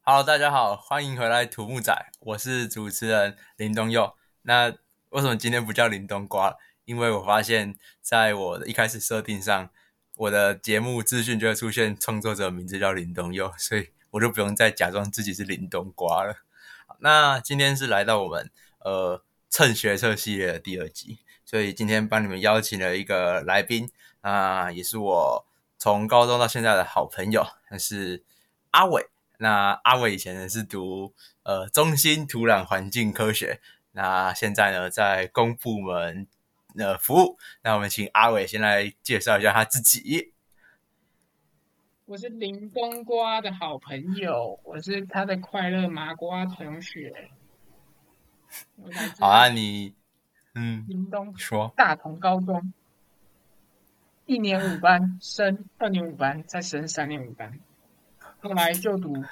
Hello，大家好，欢迎回来土木仔，我是主持人林东佑。那为什么今天不叫林东瓜？因为我发现在我的一开始设定上，我的节目资讯就会出现创作者名字叫林东佑，所以我就不用再假装自己是林东瓜了。那今天是来到我们趁学测系列的第二集，所以今天帮你们邀请了一个来宾，也是我从高中到现在的好朋友，那是阿伟。那阿伟以前呢是读中心土壤环境科学，那现在呢在公部门服务。那我们请阿伟先来介绍一下他自己。 我是林冬瓜的好朋友，我是他的快乐麻瓜同学，我来好啊， 自你林东说。 大同高中，1年5班升2年5班，再升3年5班，后来就读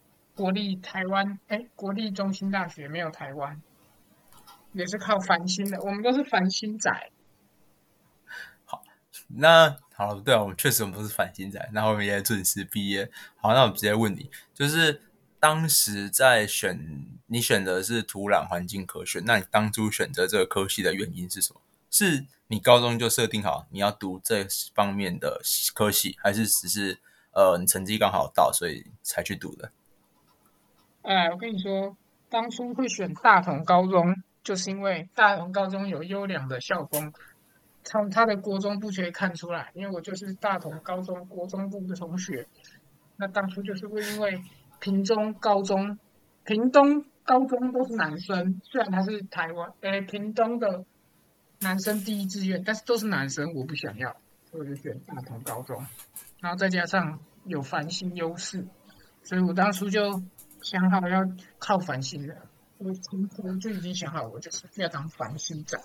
国立中心大学，没有台湾，也是靠繁星的，我们都是繁星仔。 那好了，对啊，我们都是反星仔，那我们也准时毕业。好，那我直接问你，就是当时你选的是土壤环境科学，那你当初选择这个科系的原因是什么？是你高中就设定好你要读这方面的科系，还是只是你成绩刚好到，所以才去读的？ 我跟你说，当初会选大同高中，就是因为大同高中有优良的校风，从他的国中部就可以看出来。因为我就是大同高中国中部的同学，那当初就是会因为屏中高中、屏东高中都是男生，虽然他是屏东的男生第一志愿，但是都是男生，我不想要，所以我就选大同高中。然后再加上有繁星优势，所以我当初就想好要靠繁星的。我从头就已经想好，我就是要当繁星仔。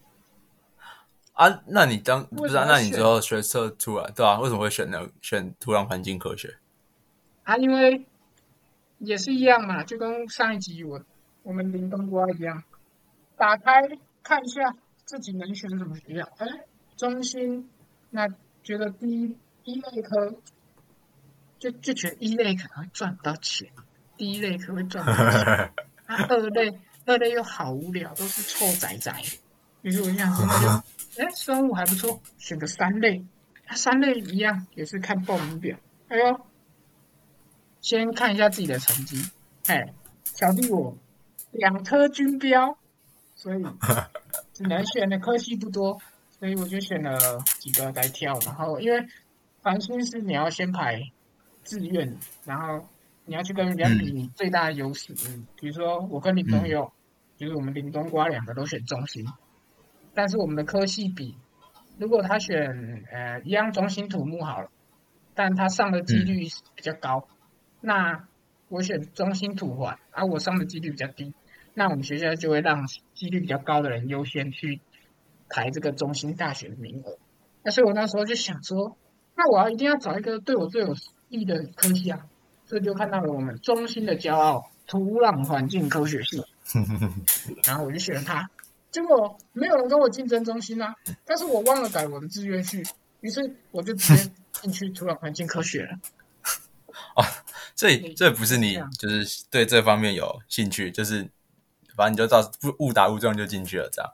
啊，那你不为是啊？ 什么要选那你之后学测出来，对啊？为什么会选土壤环境科学？ 啊？因为也是一样嘛，就跟上一集我们林东瓜一样，打开看一下自己能选什么学校。哎，中心那觉得第一类科就觉得一类可能会赚不到钱，第一类可能会赚不到钱。啊，二类又好无聊，都是臭仔仔。于是我就想说，那就生物还不错，选个三类。啊，三类一样也是看报名表。哎呦，先看一下自己的成绩。哎，小弟我2科均标，所以只能选的科系不多，所以我就选了几个来挑。然后因为繁星是你要先排志愿，然后你要去跟人家比嗯你最大的优势。比如说我跟林东嗯佑，就是我们林东瓜两个都选中心，但是我们的科系比，如果他选一样中心土木好了，但他上的几嗯率比较高，那我选中心土环，而我上的几率比较低，那我们学校就会让几率比较高的人优先去排这个中心大学的名额。那所以我那时候就想说，那我一定要找一个对我最有利的科系啊，所以就看到了我们中心的骄傲土壤环境科学系，然后我就选了它。结果没有人跟我竞争中心啊，但是我忘了改我的志愿序，于是我就直接进去土壤环境科学了。 哦，所以对， 这不是就是这样。 你就是对这方面有兴趣，就是反正你就照误打误撞就进去了，这样。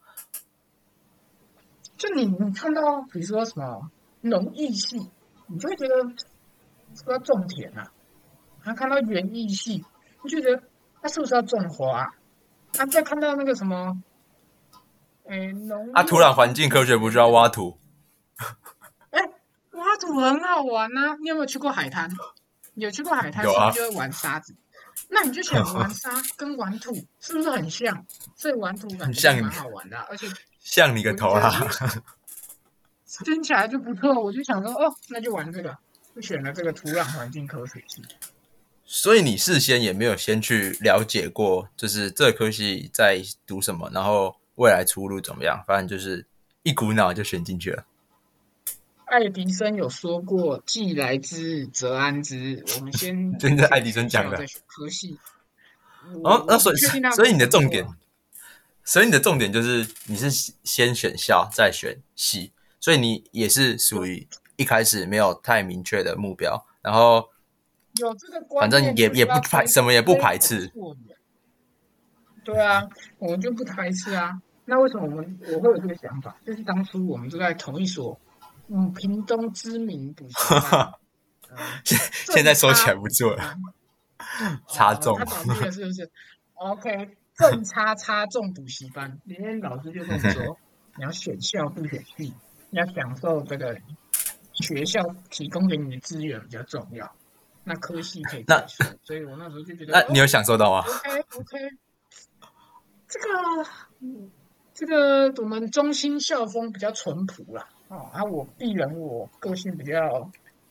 就你看到比如说什么农艺系，你就会觉得是不是要种田啊？然后看到园艺系，你就觉得他是不是要种花啊？再看到那个什么，农啊，土壤环业工境科学不程学就要挖土？ 哎，挖土很好玩呐、你有没有去过海滩？你有去过海滩， 有啊， 是不是就会玩沙子？那你就想玩沙跟玩土是不是很像？所以玩土感觉就像你蛮好玩的啊、而且像你个我就头啦！ 觉得，听起来就不错。我就想说，哦，那就玩这个，就选了这个土壤环境科学系。 所以你事先也没有先去了解过，就是这科系在读什么，然后未来出路怎么样，反正就是一股脑就选进去了。 爱迪生有说过：“既来之，则安之。”我们先选这是爱迪生学校，再讲的。 选科系。我不哦， 确定他有没有所以你的说错啊。 重点就是你是先选校再选系，所以你也是属就于一开始没有太明确的目标，然后有这个观反正念， 也不排什么也不排斥。 对啊，我们就不排斥啊。那为什么我会有这个想法？就是当初我们就在同一所屏东知名补习班， 现在说起来补不错了， 习班插中。 他倒闭了是不是？OK，正差重补习班里面老师就跟我们说，你要选校不选系，你要享受这个学校提供给你的资源比较重要。那科系可以再说，所以我那时候就觉得， 那你有享受到吗 ？OK，这个这个我们中心校风比较淳朴啦，我鄙人我个性比较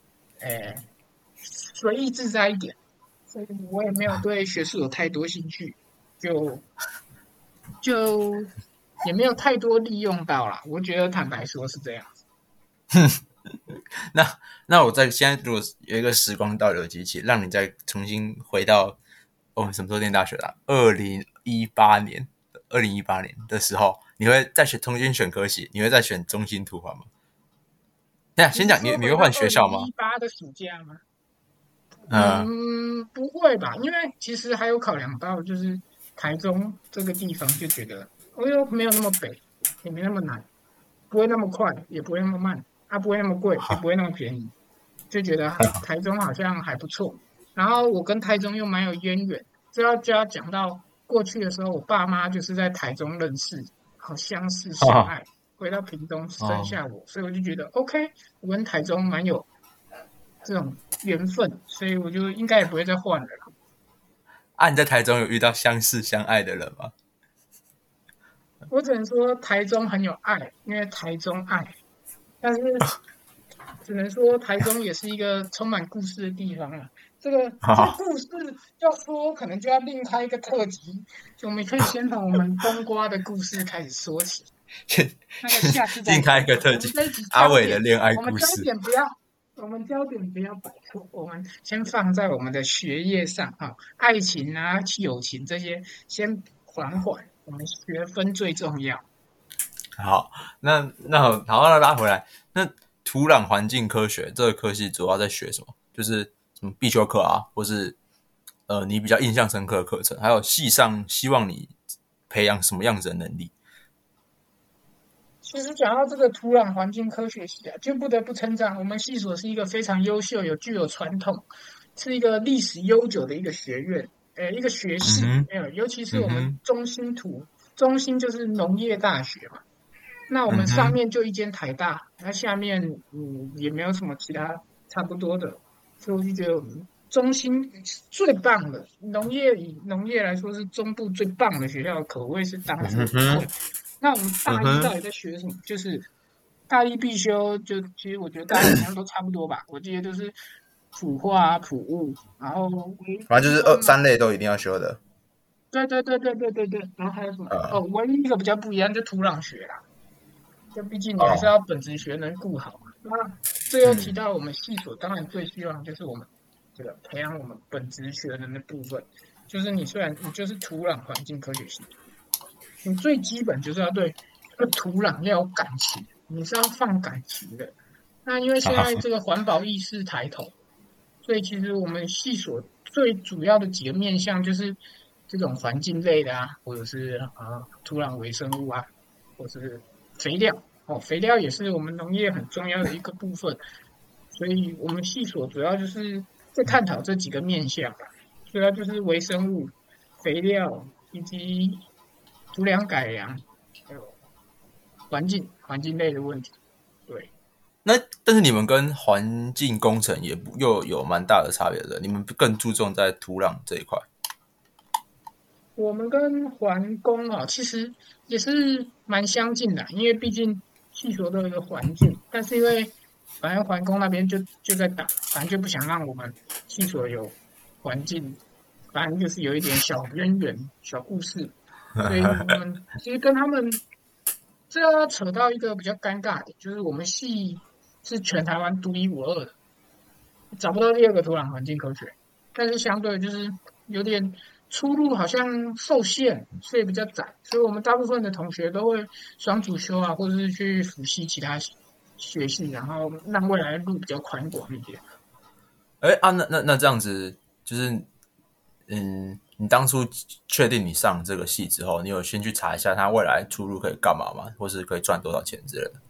随意自在一点，所以我也没有对学术有太多兴趣，就就也没有太多利用到啦。我觉得坦白说是这样子。 那我现在如果有一个时光倒流机器，让你再重新回到我们什么时候念大学的2018年的时候，你会再重新选科系？你会再选中兴图环吗？那先讲你会换学校吗 ？2018的暑假吗？ 嗯， 不会吧？因为其实还有考量到，就是台中这个地方，就觉得又没有那么北，也没那么南，不会那么快，也不会那么慢，不会那么贵，也不会那么便宜，就觉得台中好像还不错。然后我跟台中又蛮有渊源，就要讲到过去的时候，我爸妈就是在台中认识，好相识相爱，回到屏东生下我，所以我就觉得 OK，我跟台中蛮有这种缘分，所以我就应该也不会再换了啦。 你在台中有遇到相识相爱的人吗？ 我只能说台中很有爱，因为台中爱，但是只能说台中也是一个充满故事的地方啊。这个故事要说，可能就要另开一个特辑，就我们可以先从我们冬瓜的故事开始说起。那个下次再另开一个特辑，阿伟的恋爱故事。 我们焦点不要摆错，我们先放在我们的学业上爱情啊、友情这些先缓缓，我们学分最重要。 好，那好，那拉回来，那土壤环境科学这个科系主要在学什么？就是什么必修课啊，或是你比较印象深刻的课程，还有系上希望你培养什么样子的能力？ 其实讲到这个土壤环境科学系就不得不称赞我们系所是一个非常优秀、具有传统，是一个历史悠久的一个学院，一个学系。尤其是我们中兴就是农业大学嘛，那我们上面就一间台大，那下面也没有什么其他差不多的，所以我就觉得我们中兴最棒的以农业来说是中部最棒的学校，可谓是当之无愧。那我们大一到底在学什么？就是大一必修，其实我觉得大家好像都差不多吧。我记得就是普化、普物，然后反正就是3类都一定要修的。 对。然后还有什么？唯一一个比较不一样就土壤学啦。就毕竟你还是要本职学能顾好嘛。那这又提到我们系所，当然最希望就是我们这个培养我们本职学能的部分。就是你虽然你就是土壤环境科学系。你最基本就是要对这个土壤要有感情，你是要放感情的。那因为现在这个环保意识抬头，所以其实我们系所最主要的几个面向就是这种环境类的或者是土壤微生物或者是肥料肥料也是我们农业很重要的一个部分。所以我们系所主要就是在探讨这几个面向主要就是微生物、肥料以及土壤改良，还有环境类的问题。对， 那但是你们跟环境工程又有蛮大的差别的，你们更注重在土壤这一块。 我们跟环工其实也是蛮相近的，因为毕竟系所都有一个环境，但是因为反正环工那边就在打，反正就不想让我们系所有环境，反正就是有一点小渊源、小故事。所以我们其实跟他们，这要扯到一个比较尴尬的，就是我们系是全台湾独一无二的，找不到第二个土壤环境科学，但是相对就是有点出路好像受限，所以比较窄，所以我们大部分的同学都会双主修或者是去辅系其他学系，然后让未来的路比较宽广一点。 那这样子就是，你当初确定你上这个系之后，你有先去查一下他未来出路可以干嘛吗？或是可以赚多少钱之类的？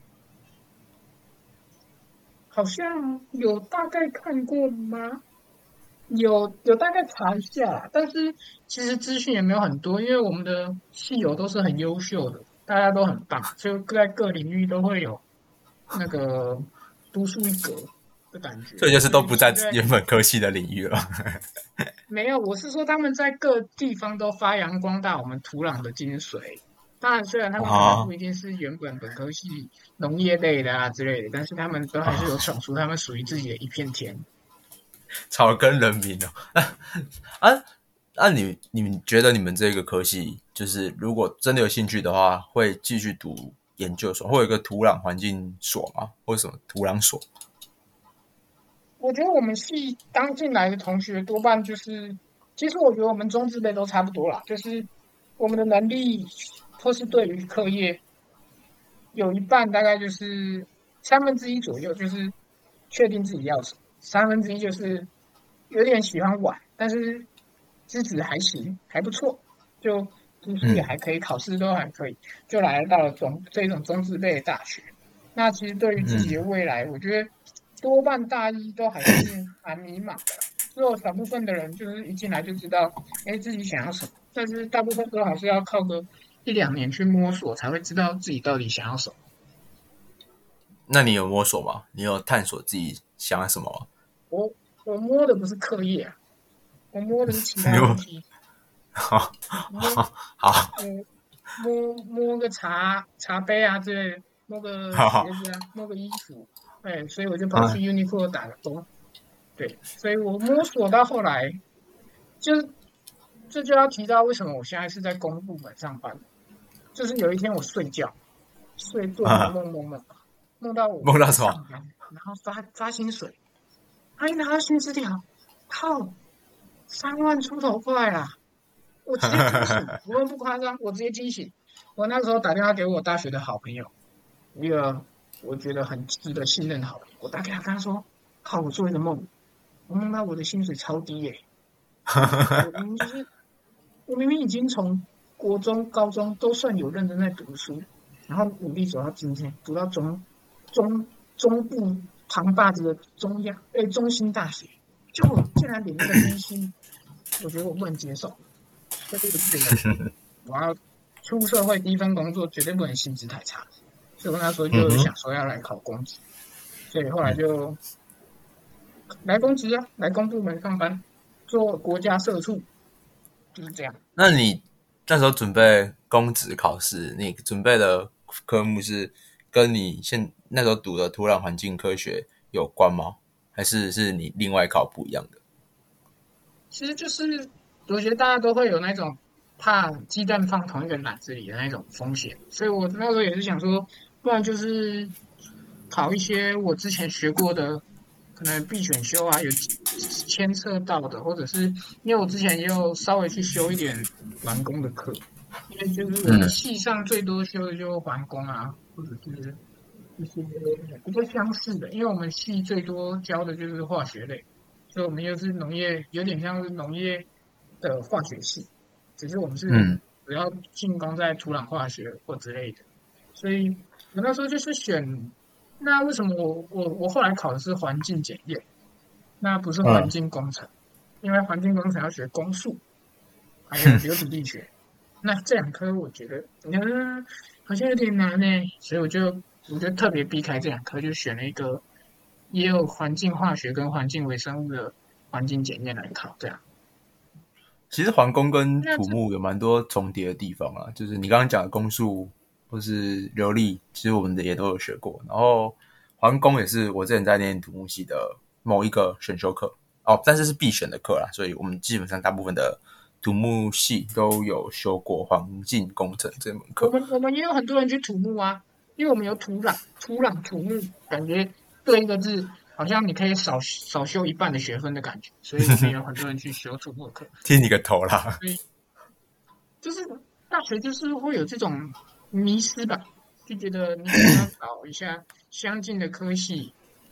好像有大概看过吗？有大概查一下，但是其实资讯也没有很多，因为我们的系友都是很优秀的，大家都很棒，就在各领域都会有那个独树一格的感觉。 所以就是所以都不在其实在原本科系的领域了。 没有，我是说他们在各地方都发扬光大我们土壤的精髓。当然，虽然他们可能不哦一定是原本本科系农业类的啊之类的，但是他们都还是有哦， 闯出他们属于自己的一片天。 草根人民哦。啊，那你们觉得你们这个科系，就是如果真的有兴趣的话，会继续读研究所，会有一个土壤环境所吗？或者什么土壤所？ 我觉得我们系刚进来的同学多半就是，其实我觉得我们中字辈都差不多啦，就是我们的能力或是对于课业有一半大概就是1/3左右，就是确定自己要什么，1/3就是有点喜欢玩，但是资质还行，还不错，就读书也嗯还可以，考试都还可以，就来到了这种中字辈的大学。那其实对于自己的嗯， 未来，我觉得多半大一都还是蛮迷茫的啦。只有少部分的人就是一进来就知道，哎，自己想要什么，但是大部分都还是要靠个1、2年去摸索，才会知道自己到底想要什么。 那你有摸索吗？你有探索自己想要什么吗？ 我我摸的不是课业啊，我摸的是其你有？ 他东西。 好， 摸好， 摸个茶杯啊之类的，摸个好，好， 鞋子啊，摸个衣服，对，所以我就跑去嗯 Uniqlo 打个工。对，所以我摸索到后来，就是这就要提到为什么我现在是在公部门上班。就是有一天我睡觉，做梦啊， 梦到我在梦到什么？ 上班，然后发薪水，他一拿到薪资条，靠，3万出头块啦！我直接惊醒，我们不夸张，我直接惊醒。我那时候打电话给我大学的好朋友，一个我觉得很值得信任的好朋友，我打给他，跟他说：靠，我做一个梦，我梦到我的薪水超低耶、我明明就是我明明已经从国中、高中都算有认真在读书，然后努力走到今天，读到中中部扛把子的中兴大学，就我竟然领那个低薪，我觉得我不能接受，所以我就觉得我要出社会第一份工作绝对不能薪资太差，所以我那时候就嗯哼， 想说要来考公职，所以后来就来公职啊，来公部门上班，做国家社畜，就是这样。 那你那时候准备公职考试，你准备的科目是跟你那时候读的土壤环境科学有关吗？还是你另外考不一样的？ 其实就是我觉得大家都会有那种怕鸡蛋放同一个篮子里的那种风险，所以我那时候也是想说，不然就是考一些我之前学过的，可能必选修啊，有牵涉到的，或者是因为我之前也有稍微去修一点完工的课，因为就是我们嗯系上最多修的就环工啊，或者是一些比较相似的，因为我们系最多教的就是化学类。所以我们又是农业，有点像是农业的化学系，只是我们是嗯主要进攻在土壤化学或之类的。所以我那时候就是选，那为什么我后来考的是环境检验，那不是环嗯， 境工程，因为环境工程要学公数，还有流体力学。那这2科我觉得，好像有点难呢，所以我就特别避开这2科，就选了一个也有环境化学跟环境微生物的环境检验来考，这样。 其实环工跟那这土木有蛮多重叠的地方啊，就是你刚刚讲的公数或是流力，其实我们的也都有学过。然后环工也是我之前在念土木系的某一个选修课哦，但是是必选的课啦，所以我们基本上大部分的土木系都有修过环境工程这门课。 我们也有很多人去土木啊，因为我们有土木，感觉对一个字好像你可以少修一半的学分的感觉，所以我们也有很多人去修土木的课。 听你个头啦！ 所以就是大学就是会有这种迷失吧，就觉得你可能要找一下相近的科系，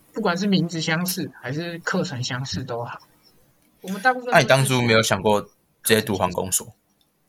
不管是名字相似还是课程相似都好。我们大部分那你都是选当初没有想过直接读课程相似。 航空所，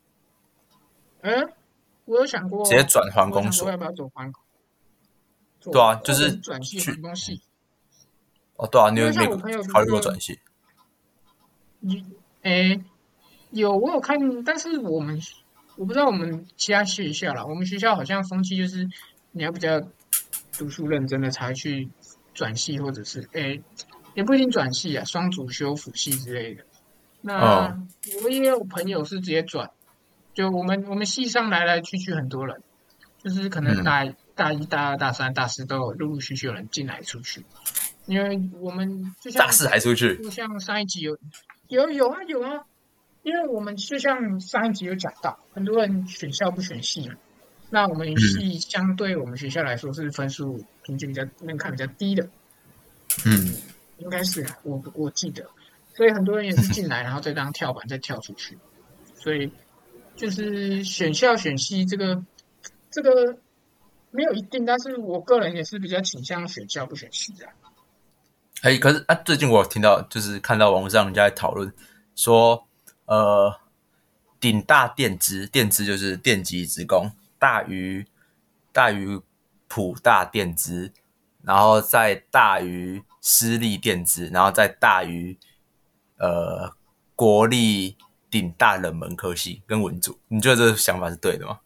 我有想直接过， 转航空所？ 我有想过要不要走环工， 对啊，就或者是是转系去环工系， 哦，对啊，你因为有没有像我朋友的考虑过那个， 转系？ 你诶我有看，但是我不知道我们其他学校啦，我们学校好像风气就是你要比较读书认真的才去转系，或者是也不一定转系啊，双主修辅系之类的。 嗯那我也有朋友是直接转，就我们系上来来去去很多人，就是可能嗯， 大一、大二、大三、大四都有陆陆续续有人进来出去，因为我们大四还出去？ 就像上一集有啊，因为我们就像上一集有讲到，很多人选校不选系嘛，那我们嗯系相对我们学校来说是分数平均比较门槛比较低的， 嗯， 应该是啊，我记得，所以很多人也是进来，然后再当跳板再跳出去，所以就是选校选系这个没有一定，但是我个人也是比较倾向选校不选系的。 哎，可是啊，最近我有听到，就是看到网络上人家在讨论说，顶大电资，电资就是电机职工，大于普大电资，然后再大于私立电资，然后再大于呃国立顶大冷门科系跟文组，你觉得这个想法是对的吗？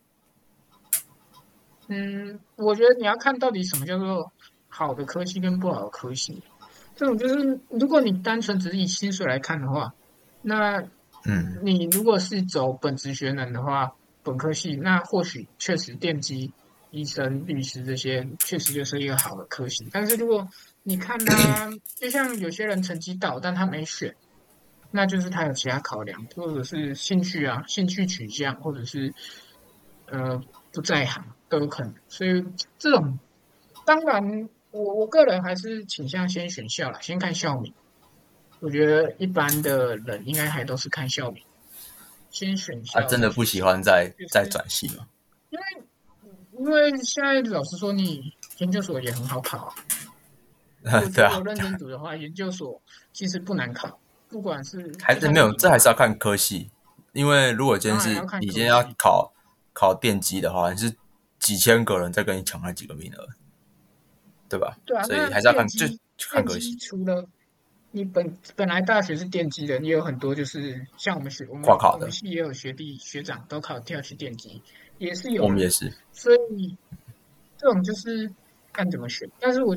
嗯，我觉得你要看到底什么叫做好的科系跟不好的科系。这种就是，如果你单纯只是以薪水来看的话，那嗯， 你如果是走本职学能的话，本科系，那或许确实电机、医生、律师这些确实就是一个好的科系。但是如果你看他，就像有些人成绩到，但他没选，那就是他有其他考量，或者是兴趣啊、兴趣取向，或者是呃不在行都有可能。所以这种当然，我个人还是倾向先选校啦，先看校名。我觉得一般的人应该还都是看校名，先选啊， 校真的不再选系。 喜欢再就是转系吗？ 因为现在老实说，你研究所也很好考啊。我对啊， 觉得有认真读的话，研究所其实不难考，不管是就算还是没有， 你读大， 这还是要看科系，因为如果今天当然要看是你今天要科系。 考电机的话，你是几千个人在跟你抢那几个名额，对吧？ 对啊，那所以还是要看就看电机科系， 除了你本来大学是电机的，你有很多就是像我们跨考的， 系也有学弟学长都跳去电机，也是有的。 我们也是。 所以这种就是看怎么选，但是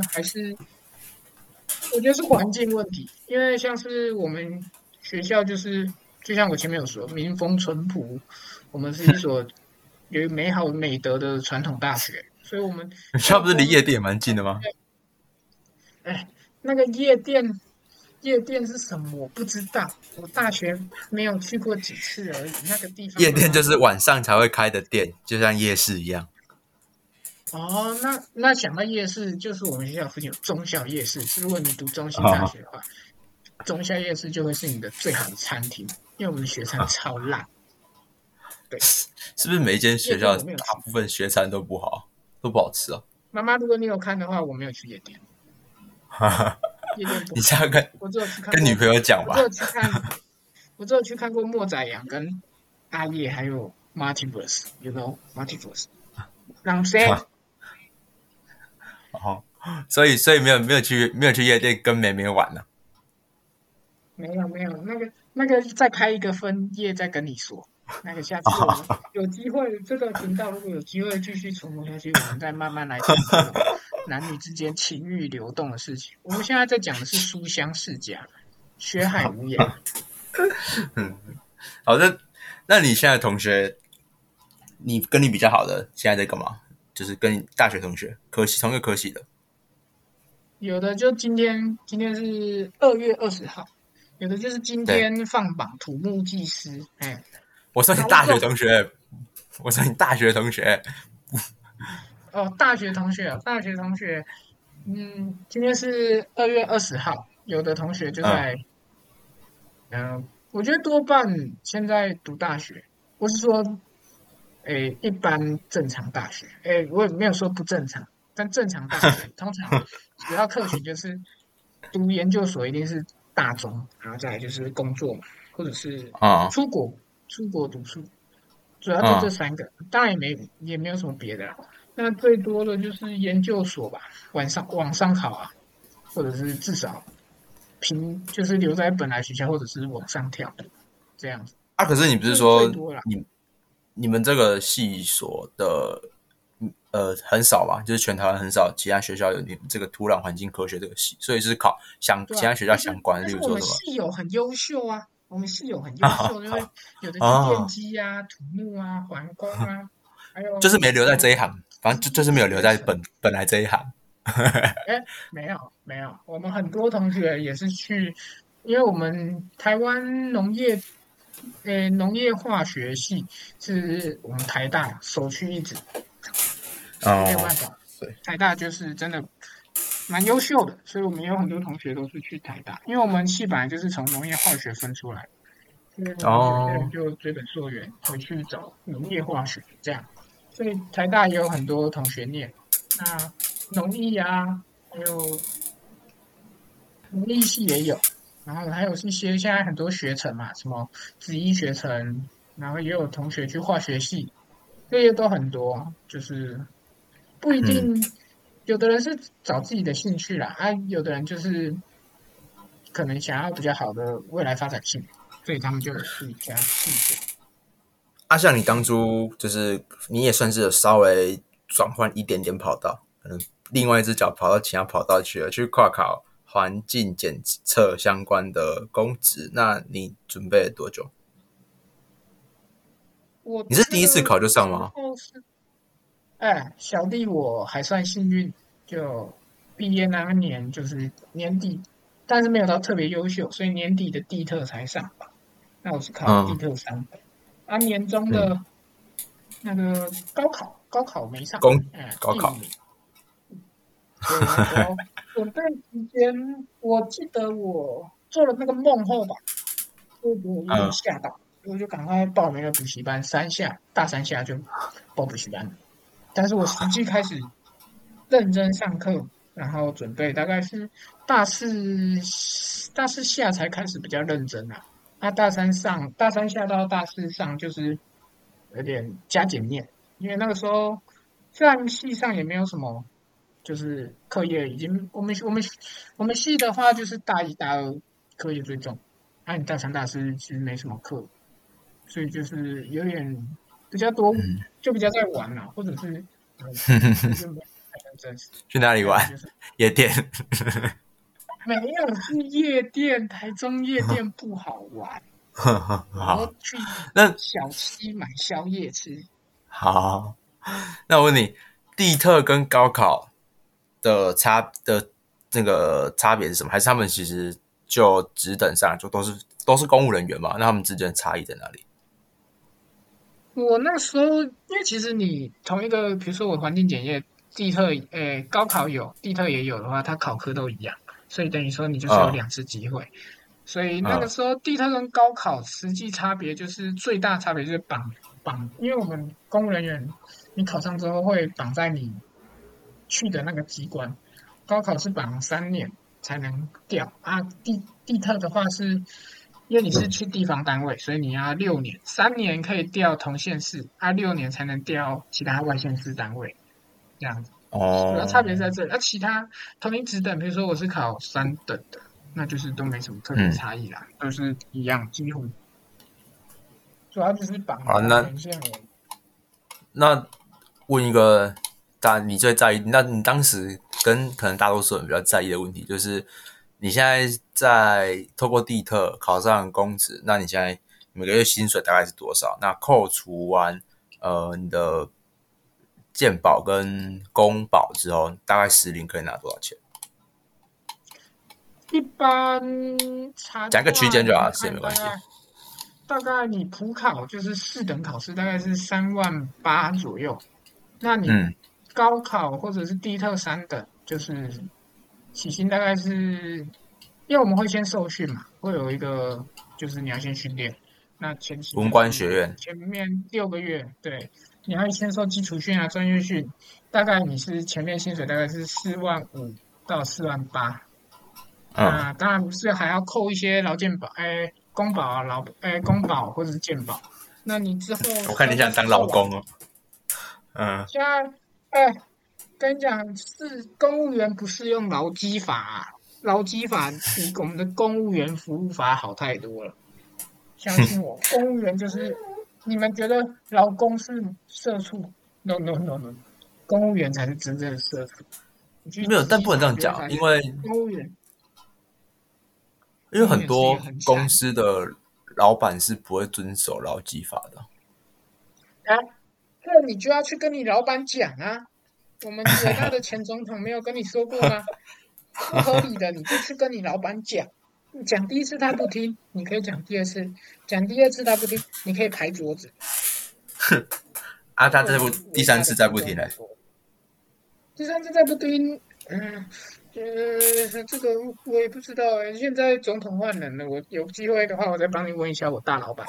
我觉得是环境问题，因为像是我们学校就像我前面有说，民风淳朴，我们是一所有美好美德的传统大学，所以我们学校不是离校风， 夜店蛮近的吗？ 哎，那个夜店是什么？我不知道，我大学没有去过几次而已。那个地方的话， 夜店就是晚上才会开的店，就像夜市一样。 哦，那想到夜市，就是我们学校附近有中校夜市。如果你读中兴大啊， 学的话，中校夜市就会是你的最好的餐厅，因为我们的学餐超烂。对， 是不是每一间夜学校店我没有去。 大部分学餐都不好，都不好吃哦？ 妈妈，如果你有看的话，我没有去夜店，夜店不好。 你这样我只有去看过， 跟女朋友讲我只有吧。 去看，我只有去看过莫宰阳跟阿叶，还有 Multiverse，you know Multiverse。让谁？ 哦，所以没有去夜店跟妹妹玩呢、 没有，那个再开一个分页再跟你说。那个下次我们有机会，这个频道如果有机会继续存活下去，我们再慢慢来谈这种男女之间情欲流动的事情。我们现在在讲的是书香世家，学海无涯。 嗯，好的，那你现在的同学，你跟你比较好的现在在干嘛？就是跟你大学同学同一个科系的。 有的就今天是2月20号，有的就是今对， 天放榜土木技师， 我说你大学保送同学，我说你大学同学。 哦，大学同学，今天是2月20号，有的同学就嗯， 在我觉得多半现在读大学，不是说，一般正常大学，我也没有说不正常，但正常大学通常主要客群就是读研究所一定是大宗，然后再来就是工作嘛，或者是嗯出国读书，主要就这嗯三个，当然也没有什么别的啦。那最多的就是研究所吧，往上考啊，或者是至少就是留在本来学校，或者是往上跳这样子， 啊，可是你不是这是最说多啦。 你们这个系所的很少嘛，就是全台湾很少其他学校有你们这个土壤环境科学这个系，所以是考对啊， 其他学校相关， 但是我们例如说什么系友很优秀啊，我们系友很优秀，就是有的去电啊， 机啊、土木啊、环工啊，还有就是没留在这一行，反正就是没有留在学程。 本来这一行。 哎，没有，我们很多同学也是去，因为我们台湾农业化学系是我们台大首屈一指，没有哦， 办法， 对， 台大就是真的蛮优秀的，所以我们有很多同学都是去台大，因为我们系本来就是从农业化学分出来，所以我们有些人哦， 就追本溯源回去找农业化学这样，所以台大也有很多同学念，那农艺啊，还有农艺系也有，然后还有一些现在很多学程嘛，什么子医学程，然后也有同学去化学系，这些都很多，就是不一嗯， 定，有的人是找自己的兴趣啦，啊，有的人就是可能想要比较好的未来发展性，所以他们就有自己家细选。 啊，像你当初就是你也算是有稍微转换一点点跑道，可能另外一只脚跑到其他跑道去了，去跨考环境检测相关的公职。那你准备了多久？ 我你是第一次那个考就上时吗？ 候是，哎，小弟我还算幸运，就毕业那一年就是年底，但是没有到特别优秀，所以年底的地特才上吧。那我是考地嗯特三本，啊，年终嗯， 的那个高考没上， 公哎， 高考， 第五名。所以那时候准备期间，我记得我做了那个梦后吧，就我有点嗯吓到，我就赶快报名了补习班，大三下就报补习班了。但是我实际开始认真上课，然后准备大概是大四大四下才开始比较认真啊。那大三下到大四上就是有点加减念，因为那个时候虽然系上也没有什么，就是课业已经我们系的话就是大一大二课业最重，那你大三大四其实没什么课，所以就是有点比较多，就比较在玩啦，或者是就没有太认真。 去哪里玩？ 再来就是夜店。 没有去夜店，台中夜店不好玩，我都好， 去那小七买宵夜吃。 好，那我问你，地特跟高考的那个差别是什么？还是他们其实就职等上就都是公务人员嘛？那他们之间的差异在哪里？ 我那时候，因为其实你同一个，比如说我环境检验，地特，高考有，地特也有的话，它考科都一样，所以等于说你就是有嗯 2次机会。所以那个嗯时候地特跟高考实际差别就是最大差别就是绑，因为我们公务人员，你考上之后会绑在你去的那个机关，高考是绑3年才能调啊，地特的话是，因为你是去地方单位，所以你要6年，3年可以调同县市，啊6年才能调其他外县市单位，这样子，主要哦差别在这里。那其他同一职等，比如说我是考3等的，那就是都没什么特别嗯， 差异啦，都是一样，几乎主要就是绑好，那年限而已。 那问一个你最在意，那你当时跟可能大多数人比较在意的问题，就是你现在在透过地特考上公职，那你现在每个月薪水大概是多少？那扣除完你的健保跟公保之后，大概实领可以拿多少钱？ 一般查的讲一个区间就好， 话，你是也没关系。 看大概你普考就是4等考试，大概是3万8左右。那你嗯， 高考或者是地特3等，就是起薪大概是，因为我们会先受训嘛，会有一个就是你要先训练，那前期文就是官学院， 前面6个月，对，你要先受基础训啊、专业训，大概你是前面薪水大概是4万5 到4万8。 嗯， 当然不是还要扣一些劳健保，公保啊，公保或者是健保。那你之后我看你这样想当扣完， 劳工哦。嗯， 现在，哎，跟你讲，公务员不适用劳基法啊，劳基法比我们的公务员服务法好太多了。相信我，公务员就是你们觉得劳工是社畜？No No No No，公务员才是真正的社畜。你去没有，但不能这仔细查， 样讲， 就会发现因为公务员因为公务员是一个很多公很惨司的老板是不会遵守劳基法的。 啊，那你就要去跟你老板讲啊。我们伟大的前总统没有跟你说过吗？不合理的，你就去跟你老板讲。讲第一次他不听，你可以讲第二次；讲第二次他不听，你可以拍桌子。 啊，他这部我们第三次再伟大的前不听了。 总统说，第三次再不听，这个我也不知道哎。现在总统换人了，我有机会的话，我再帮你问一下我大老板。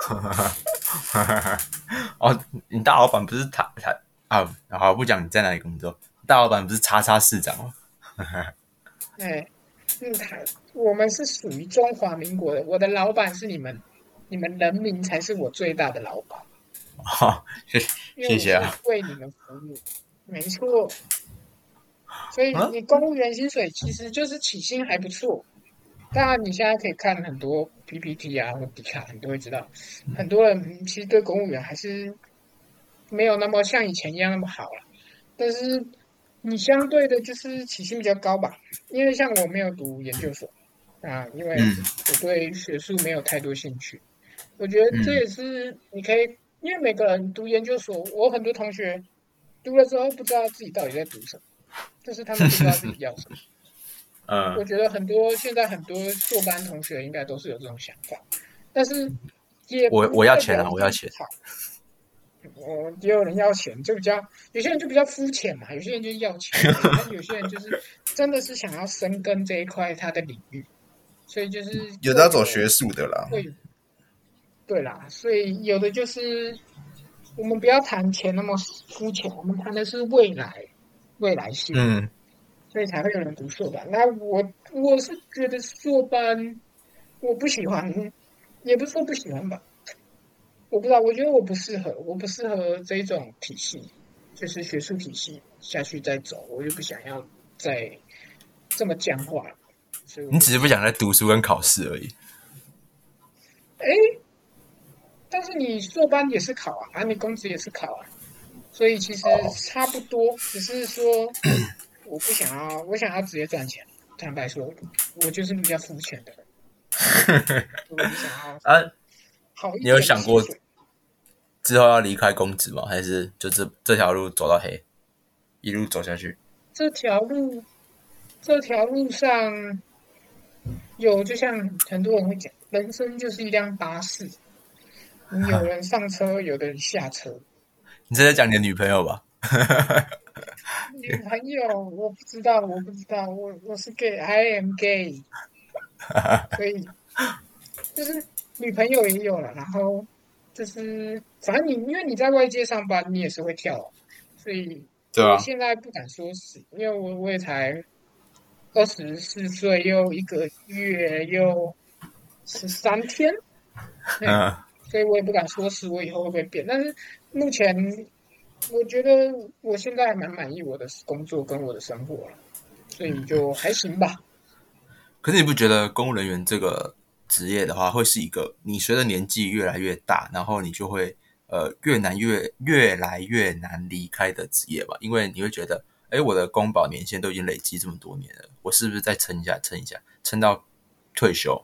哦，你大老板不是他啊？好，不讲你在哪里工作，大老板不是叉叉市长吗？ 哎，他我们是属于中华民国的，我的老板是你们，你们人民才是我最大的老板， 哦， 因为我是谢谢啊。 为你们服务，没错。所以嗯， 你公务员薪水其实就是起薪还不错。当然，你现在可以看很多 PPT 啊或迪卡，你都会知道，很多人其实对公务员还是没有那么像以前一样那么好了。但是你相对的就是起薪比较高吧，因为像我没有读研究所啊，因为嗯我对学术没有太多兴趣。我觉得这嗯也是你可以，因为每个人读研究所，我很多同学读了之后不知道自己到底在读什么，就是他们不知道自己要什么。我嗯， 觉得现在很多硕班同学应该都是有这种想法，但是也我不我要钱啊， 代表一我要钱。 定不好。也有人要钱，有些人就比较肤浅嘛，有些人就要钱而已，但有些人就是真的是想要深耕这一块他的领域，所以就是有的要走学术的啦。 会有对啦，所以有的就是我们不要谈钱那么肤浅，我们谈的是未来性， 嗯， 所以才会有人读硕班。那我是觉得硕班我不喜欢，也不是说不喜欢吧，我不知道，我觉得我不适合这种体系，就是学术体系下去再走，我就不想要再这么僵化了，所以我你就不喜欢。 只是不想再读书跟考试而已。 哎，但是你硕班也是考啊，你公职也是考啊，所以其实哦， 差不多，只是说我不想要，我想要直接赚钱。坦白说，我就是比较肤浅的人，我就想要啊，你有好一点的想过薪水。 之后要离开公职吗？还是就这条路走到黑，一路走下去？ 这条路，这条路上就像很多人会讲，人生就是一辆巴士，你有人上车，有的人下车。 你是在讲你的女朋友吧？ 女朋友我不知道，我是 gay，I am gay，所以就是女朋友也有了，然后就是反正因为你在外界上班，你也是会跳，所以对啊， 我现在不敢说死，因为我也才24岁，又1个月又13天，对， 嗯， 所以我也不敢说死我以后会不会变，但是目前我觉得我现在还蛮满意我的工作跟我的生活了，所以就还行吧。 可是你不觉得公务人员这个职业的话，会是一个你随着年纪越来越大，然后你就会越来越难离开的职业吧？因为你会觉得，哎，我的公保年限都已经累积这么多年了，我是不是再撑一下，撑一下，撑到退休？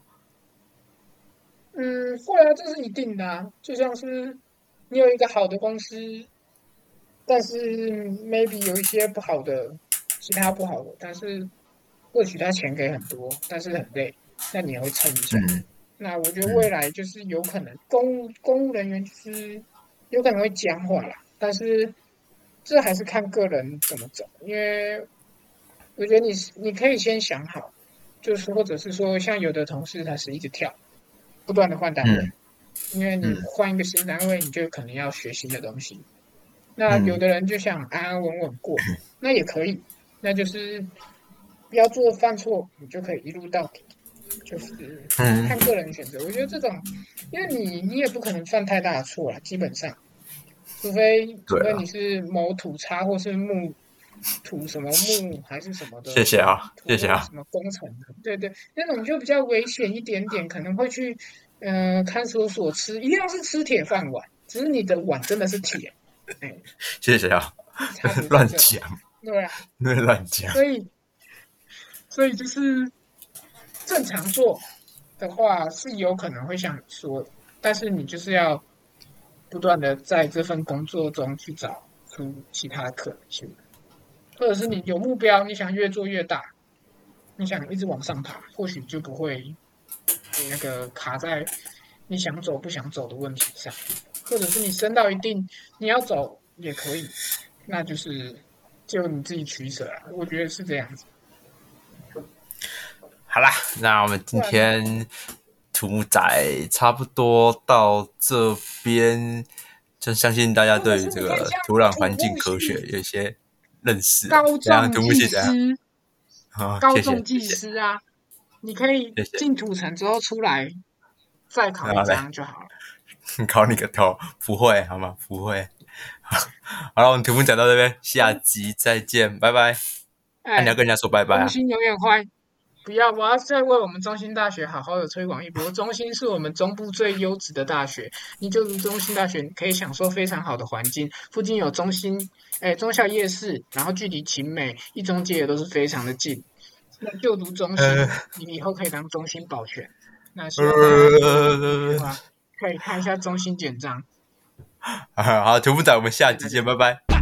会啊，这是一定的啊。就像是你有一个好的公司，但是 maybe 有一些不好的，其他不好的，但是或许他钱给很多，但是很累，那你也会撑一下。 嗯那我觉得未嗯来就是有可能公务人员就是有可能会僵化啦，但是这还是看个人怎么走，因为我觉得你可以先想好，就是或者是说像有的同事他是一直跳，不断的换单位， 嗯因为你嗯换一个新单位，你就可能要学新的东西。那有嗯的人就想安安稳稳过，那也可以，那就是不要做犯错，你就可以一路到底，就是看个人选择。我觉得这种，因为你也不可能犯太大的错啦，基本上，除非你是某土差或是土什么木还是什么的， 谢谢啊，谢谢啊。 什么工程的，对对，那种就比较危险一点点，可能会去看守所吃，一样是吃铁饭碗，只是你的碗真的是铁，哎， 谢谢啊，乱讲， 对啊， 乱讲。 所以就是正常做的话是有可能会像你说的，但是你就是要不断的在这份工作中去找出其他的可能性，或者是你有目标，你想越做越大，你想一直往上爬，或许就不会那个卡在你想走不想走的问题上，或者是你升到一定你要走也可以，那就你自己取舍了。我觉得是这样子。 好啦，那我们今天土木仔差不多到这边，就相信大家对于这个土壤环境科学有一些认识。 高中技师，高谢中技师啊，你可以进土城之后出来再考一张就好了。 考你个头，不会好吗？不会。好了，我们土木仔到这边，下集再见，拜拜。你要跟人家说拜拜啊！ 中心永远欢。不要，我要再为我们中兴大学好好的推广一波。中兴是我们中部最优质的大学，你就读中兴大学，你可以享受非常好的环境，附近有中校夜市，然后距离勤美、一中街也都是非常的近。那就读中兴，你以后可以当中兴保全。那希望大家可以看一下中兴简章。 好，土木仔，我们下集见，拜拜。